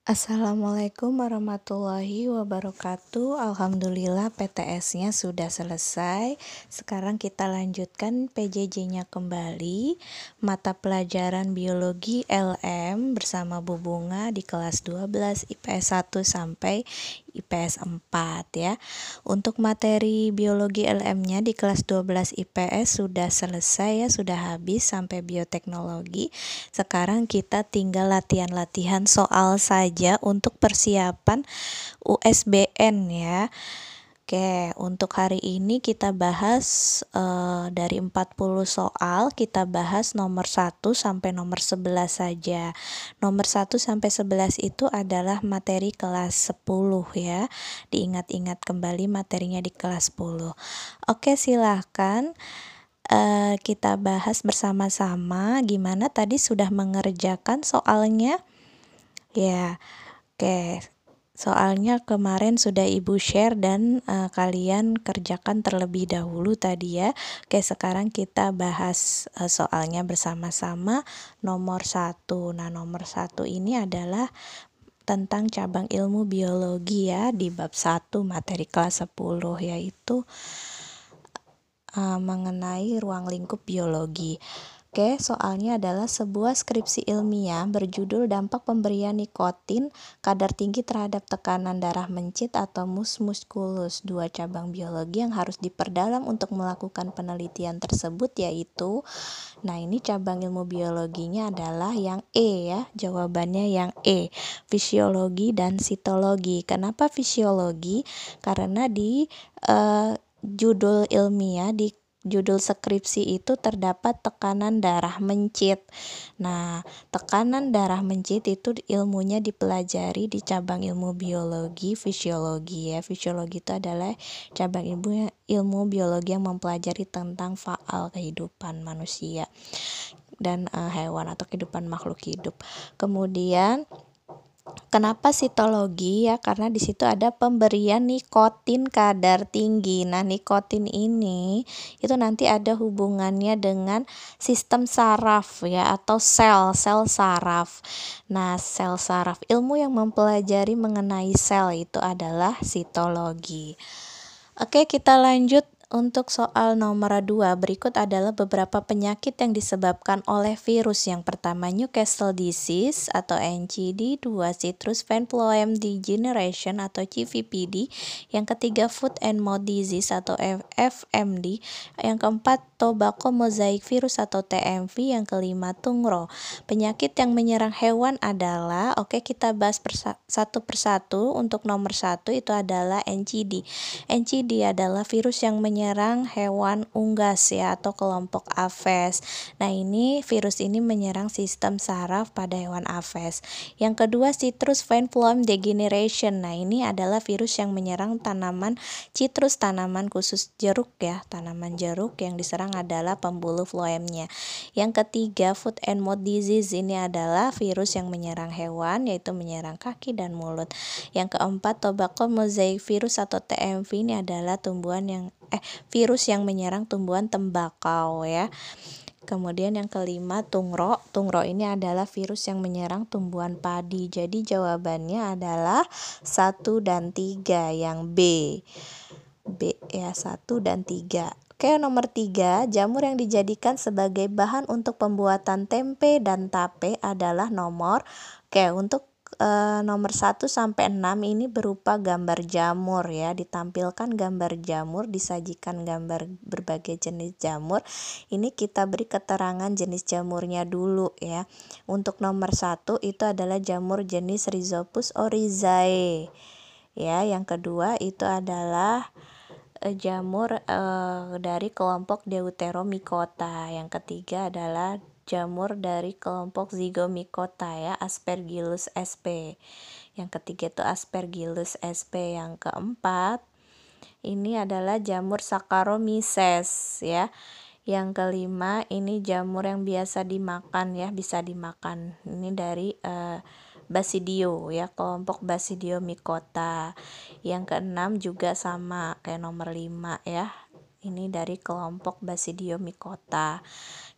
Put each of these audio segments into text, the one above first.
Assalamualaikum warahmatullahi wabarakatuh. Alhamdulillah PTS-nya sudah selesai. Sekarang kita lanjutkan PJJ-nya kembali. Mata pelajaran biologi LM bersama Bu Bunga di kelas 12 IPS 1 sampai IPS 4 ya. Untuk materi biologi LM-nya di kelas 12 IPS sudah selesai ya, sudah habis sampai bioteknologi. Sekarang kita tinggal latihan-latihan soal saja untuk persiapan USBN ya. Oke, untuk hari ini kita bahas dari 40 soal, kita bahas nomor 1 sampai nomor 11 saja. Nomor 1 sampai 11 itu adalah materi kelas 10 ya. Diingat-ingat kembali materinya di kelas 10. Oke, silahkan kita bahas bersama-sama. Gimana tadi sudah mengerjakan soalnya? Ya, oke. Soalnya kemarin sudah Ibu share dan kalian kerjakan terlebih dahulu tadi ya. Oke, sekarang kita bahas soalnya bersama-sama. Nomor 1. Nah, nomor 1 ini adalah tentang cabang ilmu biologi ya, di bab 1 materi kelas 10, yaitu mengenai ruang lingkup biologi. Oke, soalnya adalah sebuah skripsi ilmiah berjudul Dampak Pemberian Nikotin Kadar Tinggi Terhadap Tekanan Darah Mencit atau mus musculus, 2 cabang biologi yang harus diperdalam untuk melakukan penelitian tersebut yaitu, nah ini cabang ilmu biologinya adalah yang E ya, jawabannya yang E, fisiologi dan sitologi. Kenapa fisiologi? Karena di judul ilmiah, di judul skripsi itu terdapat tekanan darah mencit. Nah, tekanan darah mencit itu ilmunya dipelajari di cabang ilmu biologi fisiologi ya. Fisiologi itu adalah cabang ilmu biologi yang mempelajari tentang faal kehidupan manusia dan hewan atau kehidupan makhluk hidup. Kemudian kenapa sitologi ya? Karena di situ ada pemberian nikotin kadar tinggi. Nah, nikotin ini itu nanti ada hubungannya dengan sistem saraf ya, atau sel saraf. Nah, sel saraf, ilmu yang mempelajari mengenai sel itu adalah sitologi. Oke, kita lanjut. Untuk soal nomor 2, berikut adalah beberapa penyakit yang disebabkan oleh virus. Yang pertama Newcastle disease atau NCD, 2 citrus vine phloem degeneration atau CVPD, yang ketiga food and mouth disease atau FMD, yang keempat tobacco mosaic virus atau TMV, yang kelima tungro. Penyakit yang menyerang hewan adalah, oke kita bahas satu persatu. Untuk nomor 1 itu adalah NCD. NCD adalah virus yang menyerang hewan unggas ya, atau kelompok Aves. Nah, ini virus ini menyerang sistem saraf pada hewan Aves. Yang kedua citrus vine phloem degeneration. Nah, ini adalah virus yang menyerang tanaman citrus, tanaman khusus jeruk ya. Tanaman jeruk yang diserang adalah pembuluh phloemnya. Yang ketiga food and mouth disease, ini adalah virus yang menyerang hewan, yaitu menyerang kaki dan mulut. Yang keempat tobacco mosaic virus atau TMV, ini adalah virus yang menyerang tumbuhan tembakau ya. Kemudian yang kelima tungro. Tungro ini adalah virus yang menyerang tumbuhan padi. Jadi jawabannya adalah 1 dan 3 yang B ya, 1 dan 3. Oke, nomor 3, jamur yang dijadikan sebagai bahan untuk pembuatan tempe dan tape adalah nomor. Oke, untuk nomor 1 sampai 6 ini berupa gambar jamur ya, ditampilkan gambar jamur, disajikan gambar berbagai jenis jamur. Ini kita beri keterangan jenis jamurnya dulu ya. Untuk nomor 1 itu adalah jamur jenis Rhizopus oryzae. Ya, yang kedua itu adalah jamur dari kelompok Deuteromycota. Yang ketiga adalah jamur dari kelompok Zygomicota ya, Aspergillus sp. Yang ketiga itu Aspergillus sp. Yang keempat ini adalah jamur Saccharomyces ya. Yang kelima ini jamur yang biasa dimakan ya, bisa dimakan. Ini dari Basidio ya, kelompok Basidiomycota. Yang keenam juga sama kayak nomor 5 ya. Ini dari kelompok Basidiomycota.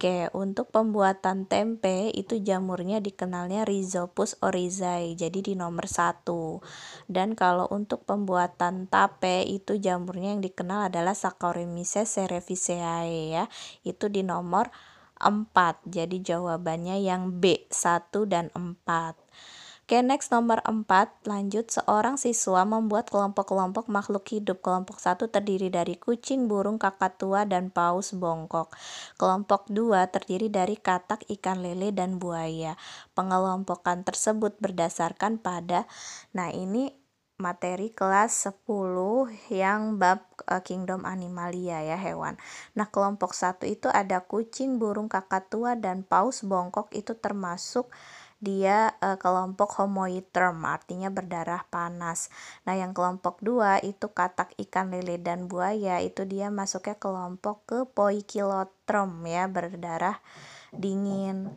Oke, untuk pembuatan tempe itu jamurnya dikenalnya Rhizopus oryzae, jadi di nomor 1. Dan kalau untuk pembuatan tape itu jamurnya yang dikenal adalah Saccharomyces cerevisiae ya, itu di nomor 4. Jadi jawabannya yang B, 1 dan 4. Oke, next nomor 4, lanjut. Seorang siswa membuat kelompok-kelompok makhluk hidup. Kelompok 1 terdiri dari kucing, burung, kakatua, dan paus bongkok. Kelompok 2 terdiri dari katak, ikan lele, dan buaya. Pengelompokan tersebut berdasarkan pada, nah ini materi kelas 10 yang bab Kingdom Animalia ya, hewan. Nah, kelompok 1 itu ada kucing, burung, kakatua, dan paus bongkok, itu termasuk dia kelompok homoiterm, artinya berdarah panas. Nah, yang kelompok 2 itu katak, ikan lele, dan buaya, itu dia masuknya kelompok ke poikiloterm ya, berdarah dingin.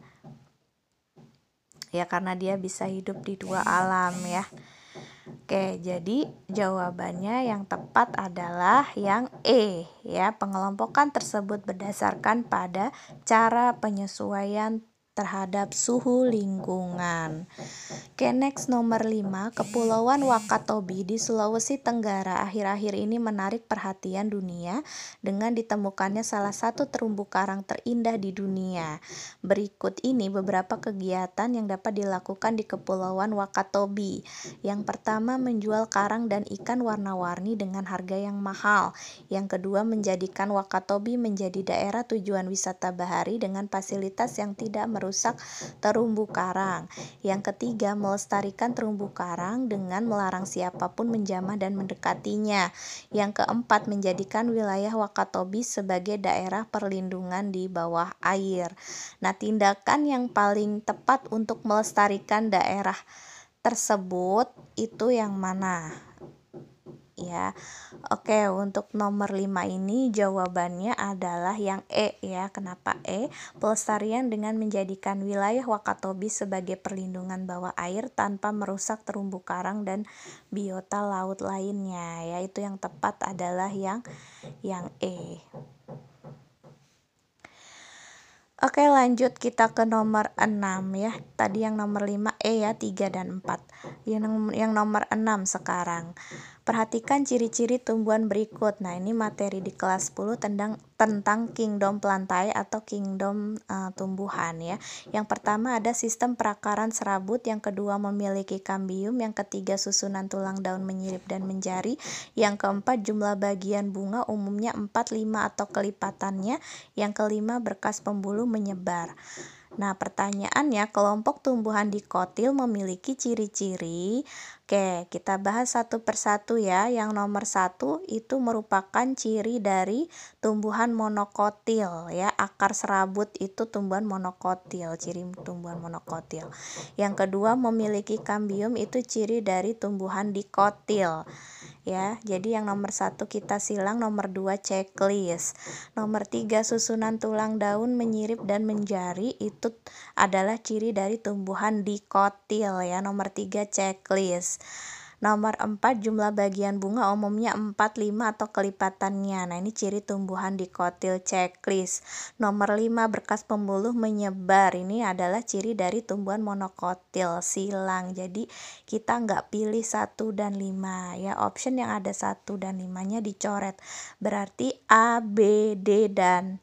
Ya, karena dia bisa hidup di dua alam ya. Oke, jadi jawabannya yang tepat adalah yang E ya. Pengelompokan tersebut berdasarkan pada cara penyesuaian terhadap suhu lingkungan. Oke, next nomor 5, Kepulauan Wakatobi di Sulawesi Tenggara akhir-akhir ini menarik perhatian dunia dengan ditemukannya salah satu terumbu karang terindah di dunia. Berikut ini beberapa kegiatan yang dapat dilakukan di Kepulauan Wakatobi. Yang pertama, menjual karang dan ikan warna-warni dengan harga yang mahal. Yang kedua, menjadikan Wakatobi menjadi daerah tujuan wisata bahari dengan fasilitas yang tidak merusak terumbu karang. Yang ketiga, melestarikan terumbu karang dengan melarang siapapun menjamah dan mendekatinya. Yang keempat, menjadikan wilayah Wakatobi sebagai daerah perlindungan di bawah air. Nah, tindakan yang paling tepat untuk melestarikan daerah tersebut itu yang mana? Ya. Oke, untuk nomor 5 ini jawabannya adalah yang E ya. Kenapa E? Pelestarian dengan menjadikan wilayah Wakatobi sebagai perlindungan bawah air tanpa merusak terumbu karang dan biota laut lainnya. Yaitu yang tepat adalah yang E. Oke, lanjut kita ke nomor 6 ya. Tadi yang nomor 5 E ya, 3 dan 4. Yang nomor 6 sekarang. Perhatikan ciri-ciri tumbuhan berikut. Nah, ini materi di kelas 10 tentang kingdom plantae atau kingdom tumbuhan ya. Yang pertama ada sistem perakaran serabut, yang kedua memiliki kambium, yang ketiga susunan tulang daun menyirip dan menjari, yang keempat jumlah bagian bunga umumnya 4, 5 atau kelipatannya, yang kelima berkas pembuluh menyebar. Nah, pertanyaannya, kelompok tumbuhan dikotil memiliki ciri-ciri. Oke, kita bahas satu persatu ya. Yang nomor 1 itu merupakan ciri dari tumbuhan monokotil ya. Akar serabut itu tumbuhan monokotil, ciri tumbuhan monokotil. Yang kedua, memiliki kambium, itu ciri dari tumbuhan dikotil. Ya, jadi yang nomor 1 kita silang, nomor 2 checklist. Nomor 3 susunan tulang daun menyirip dan menjari, itu adalah ciri dari tumbuhan dikotil ya. Nomor 3 checklist. Nomor 4 jumlah bagian bunga umumnya 4, 5 atau kelipatannya. Nah, ini ciri tumbuhan dikotil checklist. Nomor 5 berkas pembuluh menyebar. Ini adalah ciri dari tumbuhan monokotil, silang. Jadi kita nggak pilih 1 dan 5 ya. Option yang ada 1 dan 5-nya dicoret. Berarti A, B, D, dan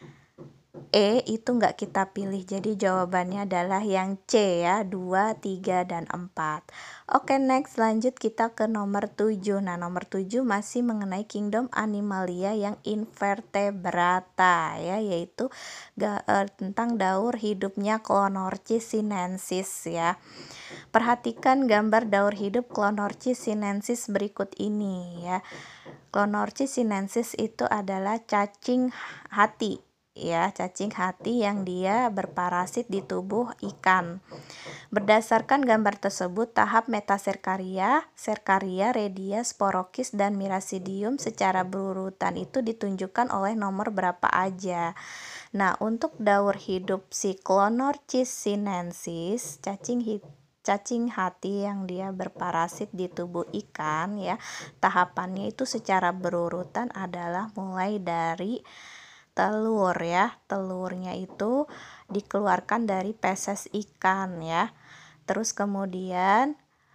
E itu nggak kita pilih. Jadi jawabannya adalah yang C ya, 2, 3, dan 4. Oke, next lanjut kita ke nomor 7. Nah, nomor 7 masih mengenai kingdom Animalia yang invertebrata ya, yaitu tentang daur hidupnya Clonorchis sinensis ya. Perhatikan gambar daur hidup Clonorchis sinensis berikut ini ya. Clonorchis sinensis itu adalah cacing hati ya, cacing hati yang dia berparasit di tubuh ikan. Berdasarkan gambar tersebut, tahap metaserkaria, serkaria, redia, sporokis, dan mirasidium secara berurutan itu ditunjukkan oleh nomor berapa aja. Nah, untuk daur hidup si Clonorchis sinensis, cacing hati yang dia berparasit di tubuh ikan ya, tahapannya itu secara berurutan adalah mulai dari telur ya. Telurnya itu dikeluarkan dari feses ikan ya. Terus kemudian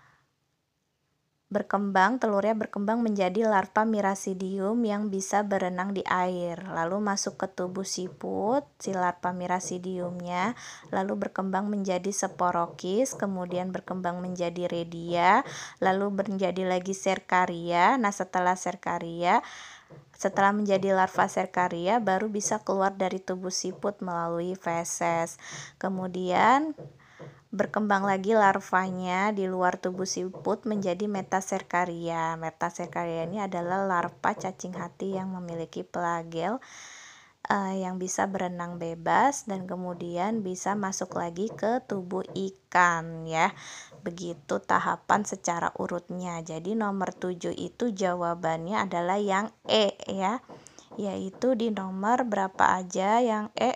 telurnya berkembang menjadi larva Miracidium yang bisa berenang di air. Lalu masuk ke tubuh siput, si larva Miracidiumnya, lalu berkembang menjadi sporokis, kemudian berkembang menjadi redia, lalu menjadi lagi serkaria. Nah, setelah menjadi larva serkaria, baru bisa keluar dari tubuh siput melalui feses. Kemudian berkembang lagi larvanya di luar tubuh siput menjadi metaserkaria. Metaserkaria ini adalah larva cacing hati yang memiliki pelagel yang bisa berenang bebas dan kemudian bisa masuk lagi ke tubuh ikan ya. Begitu tahapan secara urutnya. Jadi nomor 7 itu jawabannya adalah yang E ya. Yaitu di nomor berapa aja yang E?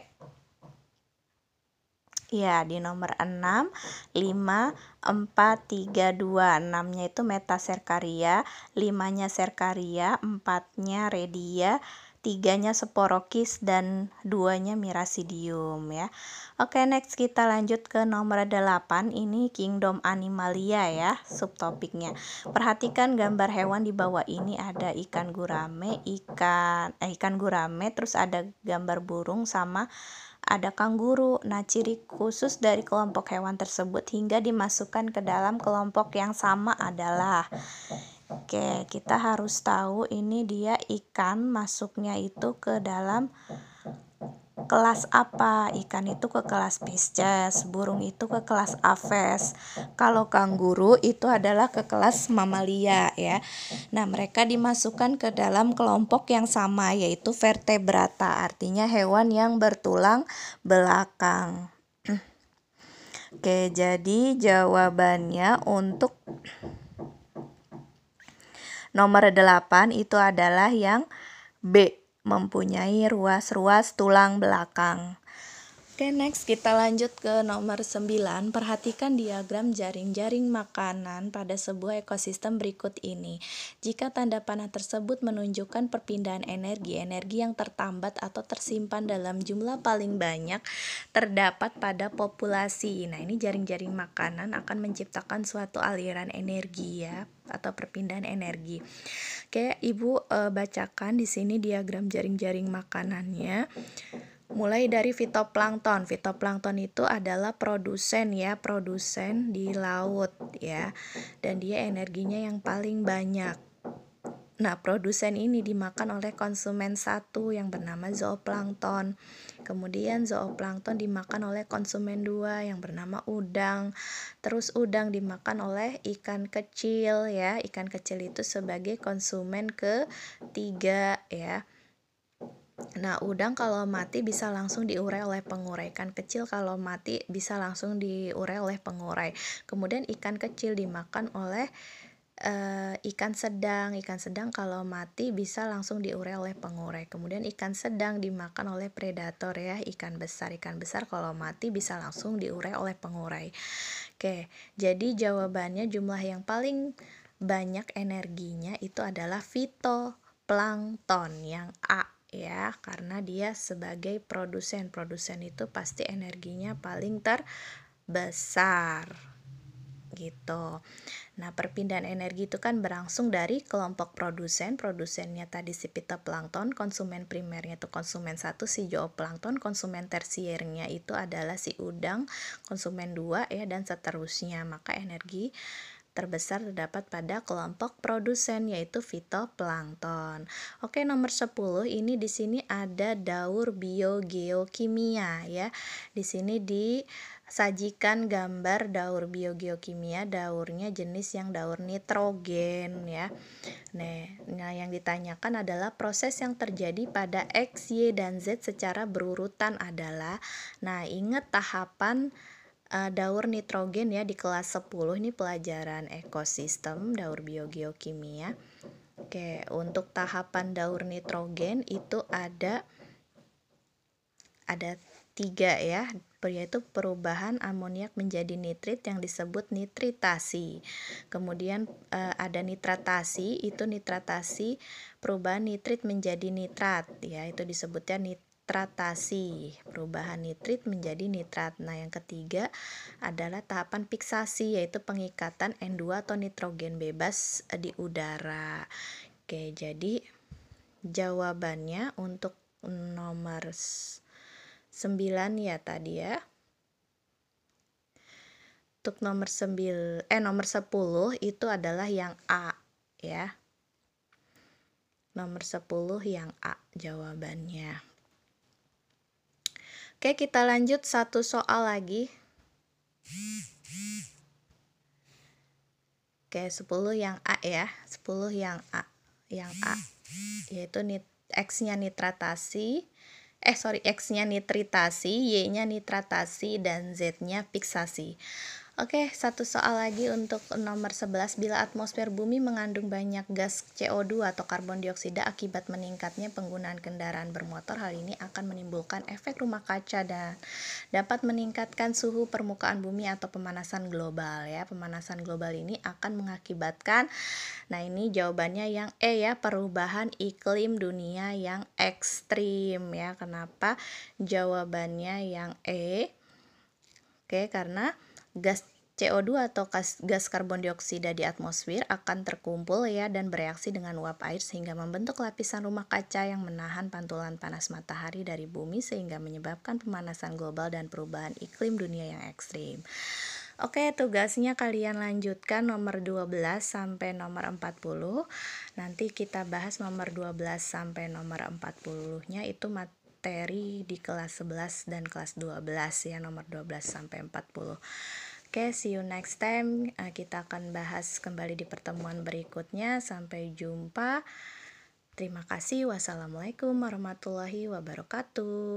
Ya, di nomor 6, 5, 4, 3, 2. 6-nya itu metaserkaria, 5-nya serkaria, 4-nya redia, 3-nya sporokis, dan 2-nya Miracidium ya. Oke, next kita lanjut ke nomor 8. Ini Kingdom Animalia ya, subtopiknya. Perhatikan gambar hewan di bawah ini, ada ikan gurame, terus ada gambar burung sama ada kanguru. Nah, ciri khusus dari kelompok hewan tersebut hingga dimasukkan ke dalam kelompok yang sama adalah, kita harus tahu ini dia ikan masuknya itu ke dalam kelas apa. Ikan itu ke kelas Pisces, burung itu ke kelas Aves. Kalau kanguru itu adalah ke kelas Mamalia ya. Nah, mereka dimasukkan ke dalam kelompok yang sama, yaitu vertebrata, artinya hewan yang bertulang belakang. Oke, jadi jawabannya untuk nomor 8 itu adalah yang B, mempunyai ruas-ruas tulang belakang. Oke, next kita lanjut ke nomor 9. Perhatikan diagram jaring-jaring makanan pada sebuah ekosistem berikut ini. Jika tanda panah tersebut menunjukkan perpindahan energi yang tertambat atau tersimpan dalam jumlah paling banyak terdapat pada populasi. Nah, ini jaring-jaring makanan akan menciptakan suatu aliran energi ya, atau perpindahan energi. Oke, Ibu bacakan di sini diagram jaring-jaring makanannya. Mulai dari fitoplankton. Fitoplankton itu adalah produsen di laut ya. Dan dia energinya yang paling banyak. Nah, produsen ini dimakan oleh konsumen satu yang bernama zooplankton. Kemudian zooplankton dimakan oleh konsumen 2 yang bernama udang. Terus udang dimakan oleh ikan kecil ya. Ikan kecil itu sebagai konsumen ketiga ya. Nah, udang kalau mati bisa langsung diurai oleh pengurai. Ikan kecil kalau mati bisa langsung diurai oleh pengurai. Kemudian ikan kecil dimakan oleh ikan sedang. Ikan sedang kalau mati bisa langsung diurai oleh pengurai. Kemudian ikan sedang dimakan oleh predator ya, ikan besar. Ikan besar kalau mati bisa langsung diurai oleh pengurai. Oke, jadi jawabannya jumlah yang paling banyak energinya itu adalah fitoplankton yang A ya, karena dia sebagai produsen itu pasti energinya paling terbesar gitu. Nah, perpindahan energi itu kan berlangsung dari kelompok produsennya tadi si fitoplankton, konsumen primernya itu konsumen 1 si zooplankton, konsumen tersiernya itu adalah si udang, konsumen 2 ya, dan seterusnya. Maka energi terbesar terdapat pada kelompok produsen yaitu fitoplankton. Oke, nomor 10 ini di sini ada daur biogeokimia ya. Di sini disajikan gambar daur biogeokimia, daurnya jenis yang daur nitrogen ya. Nah, yang ditanyakan adalah proses yang terjadi pada X, Y, dan Z secara berurutan adalah. Nah, ingat tahapan daur nitrogen ya di kelas 10, ini pelajaran ekosistem daur biogeokimia. Oke, untuk tahapan daur nitrogen itu ada 3 ya, yaitu perubahan amoniak menjadi nitrit yang disebut nitritasi. Kemudian ada nitratasi, itu nitratasi perubahan nitrit menjadi nitrat ya, itu disebutnya nitratasi, perubahan nitrit menjadi nitrat. Nah, yang ketiga adalah tahapan fiksasi, yaitu pengikatan N2 atau nitrogen bebas di udara. Oke, jadi jawabannya untuk nomor 9 ya tadi ya. Untuk nomor 10 itu adalah yang A ya. Nomor 10 yang A jawabannya. Oke, kita lanjut satu soal lagi. Oke, 10 yang A ya. 10 yang A. Yang A yaitu X-nya nitratasi. X-nya nitritasi, Y-nya nitratasi, dan Z-nya fiksasi. Oke, satu soal lagi untuk nomor 11. Bila atmosfer bumi mengandung banyak gas CO2 atau karbon dioksida akibat meningkatnya penggunaan kendaraan bermotor, hal ini akan menimbulkan efek rumah kaca dan dapat meningkatkan suhu permukaan bumi atau pemanasan global ya. Pemanasan global ini akan mengakibatkan, nah ini jawabannya yang E ya, perubahan iklim dunia yang ekstrim ya. Kenapa jawabannya yang E? Oke, karena gas CO2 atau gas karbon dioksida di atmosfer akan terkumpul ya dan bereaksi dengan uap air sehingga membentuk lapisan rumah kaca yang menahan pantulan panas matahari dari bumi sehingga menyebabkan pemanasan global dan perubahan iklim dunia yang ekstrim. Oke, tugasnya kalian lanjutkan nomor 12 sampai nomor 40. Nanti kita bahas nomor 12 sampai nomor 40-nya itu materi di kelas 11 dan kelas 12 ya, nomor 12 sampai 40. Oke, see you next time. Kita akan bahas kembali di pertemuan berikutnya. Sampai jumpa. Terima kasih. Wassalamualaikum warahmatullahi wabarakatuh.